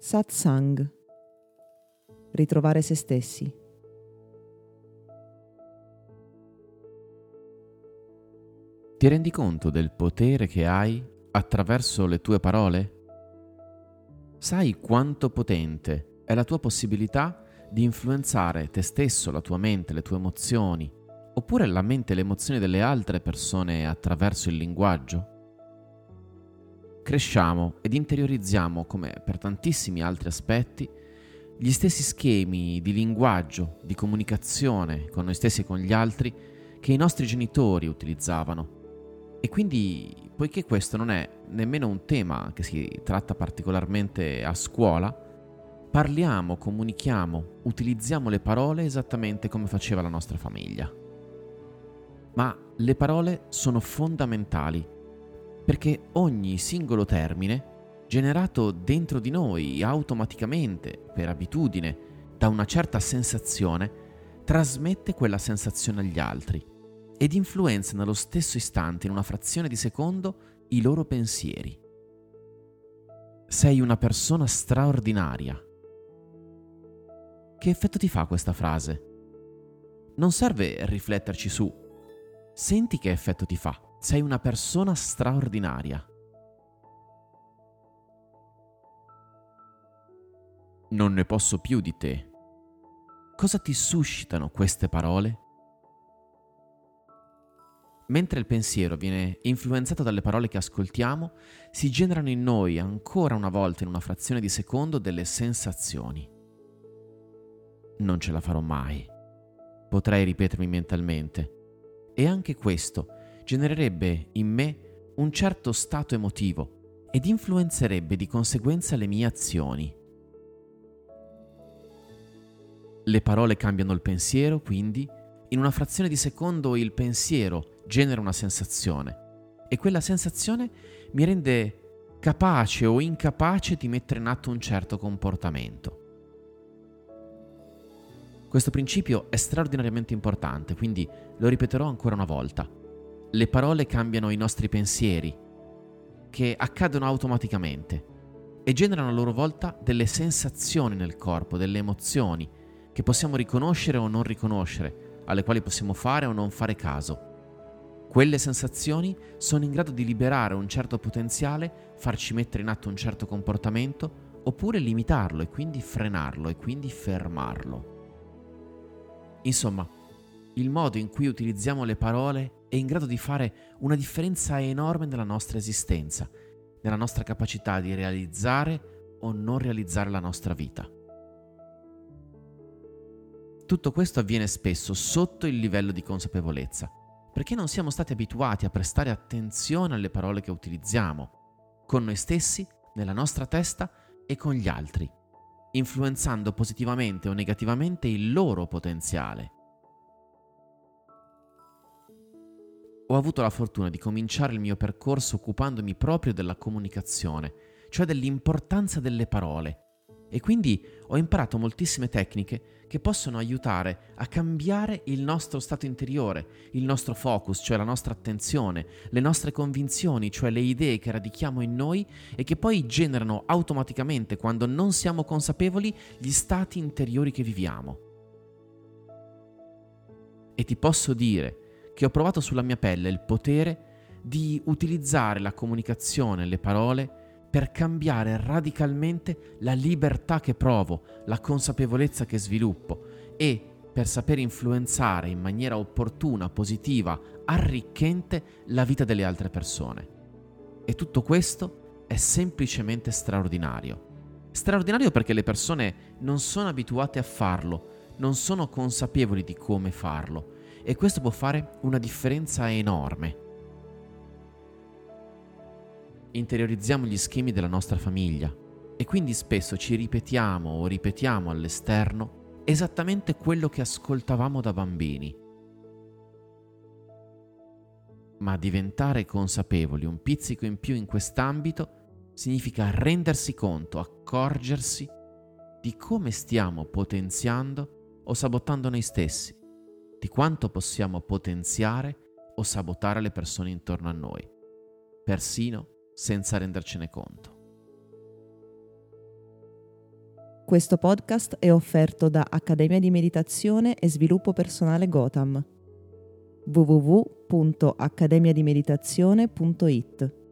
Satsang. Ritrovare se stessi. Ti rendi conto del potere che hai attraverso le tue parole? Sai quanto potente è la tua possibilità di influenzare te stesso, la tua mente, le tue emozioni, oppure la mente e le emozioni delle altre persone attraverso il linguaggio? Cresciamo ed interiorizziamo, come per tantissimi altri aspetti, gli stessi schemi di linguaggio, di comunicazione con noi stessi e con gli altri che i nostri genitori utilizzavano. E quindi, poiché questo non è nemmeno un tema che si tratta particolarmente a scuola, parliamo, comunichiamo, utilizziamo le parole esattamente come faceva la nostra famiglia. Ma le parole sono fondamentali, perché ogni singolo termine, generato dentro di noi automaticamente, per abitudine, da una certa sensazione, trasmette quella sensazione agli altri ed influenza nello stesso istante, in una frazione di secondo, i loro pensieri. Sei una persona straordinaria. Che effetto ti fa questa frase? Non serve rifletterci su. Senti che effetto ti fa. Sei una persona straordinaria. Non ne posso più di te. Cosa ti suscitano queste parole? Mentre il pensiero viene influenzato dalle parole che ascoltiamo, si generano in noi ancora una volta in una frazione di secondo delle sensazioni. Non ce la farò mai. Potrei ripetermi mentalmente. E anche questo genererebbe in me un certo stato emotivo ed influenzerebbe di conseguenza le mie azioni. Le parole cambiano il pensiero, quindi in una frazione di secondo il pensiero genera una sensazione e quella sensazione mi rende capace o incapace di mettere in atto un certo comportamento. Questo principio è straordinariamente importante, quindi lo ripeterò ancora una volta. Le parole cambiano i nostri pensieri, che accadono automaticamente e generano a loro volta delle sensazioni nel corpo, delle emozioni che possiamo riconoscere o non riconoscere, alle quali possiamo fare o non fare caso. Quelle sensazioni sono in grado di liberare un certo potenziale, farci mettere in atto un certo comportamento, oppure limitarlo e quindi frenarlo e quindi fermarlo. Insomma, il modo in cui utilizziamo le parole è in grado di fare una differenza enorme nella nostra esistenza, nella nostra capacità di realizzare o non realizzare la nostra vita. Tutto questo avviene spesso sotto il livello di consapevolezza, perché non siamo stati abituati a prestare attenzione alle parole che utilizziamo, con noi stessi, nella nostra testa e con gli altri, influenzando positivamente o negativamente il loro potenziale. Ho avuto la fortuna di cominciare il mio percorso occupandomi proprio della comunicazione, cioè dell'importanza delle parole, e quindi ho imparato moltissime tecniche che possono aiutare a cambiare il nostro stato interiore, il nostro focus, cioè la nostra attenzione, le nostre convinzioni, cioè le idee che radichiamo in noi e che poi generano automaticamente, quando non siamo consapevoli, gli stati interiori che viviamo. E ti posso dire che ho provato sulla mia pelle il potere di utilizzare la comunicazione, le parole, per cambiare radicalmente la libertà che provo, la consapevolezza che sviluppo e per saper influenzare in maniera opportuna, positiva, arricchente la vita delle altre persone. E tutto questo è semplicemente straordinario. Straordinario perché le persone non sono abituate a farlo, non sono consapevoli di come farlo e questo può fare una differenza enorme. Interiorizziamo gli schemi della nostra famiglia e quindi spesso ci ripetiamo o ripetiamo all'esterno esattamente quello che ascoltavamo da bambini. Ma diventare consapevoli un pizzico in più in quest'ambito significa rendersi conto, accorgersi di come stiamo potenziando o sabotando noi stessi, di quanto possiamo potenziare o sabotare le persone intorno a noi, persino senza rendercene conto. Questo podcast è offerto da Accademia di Meditazione e Sviluppo Personale Gotham. www.accademiadimeditazione.it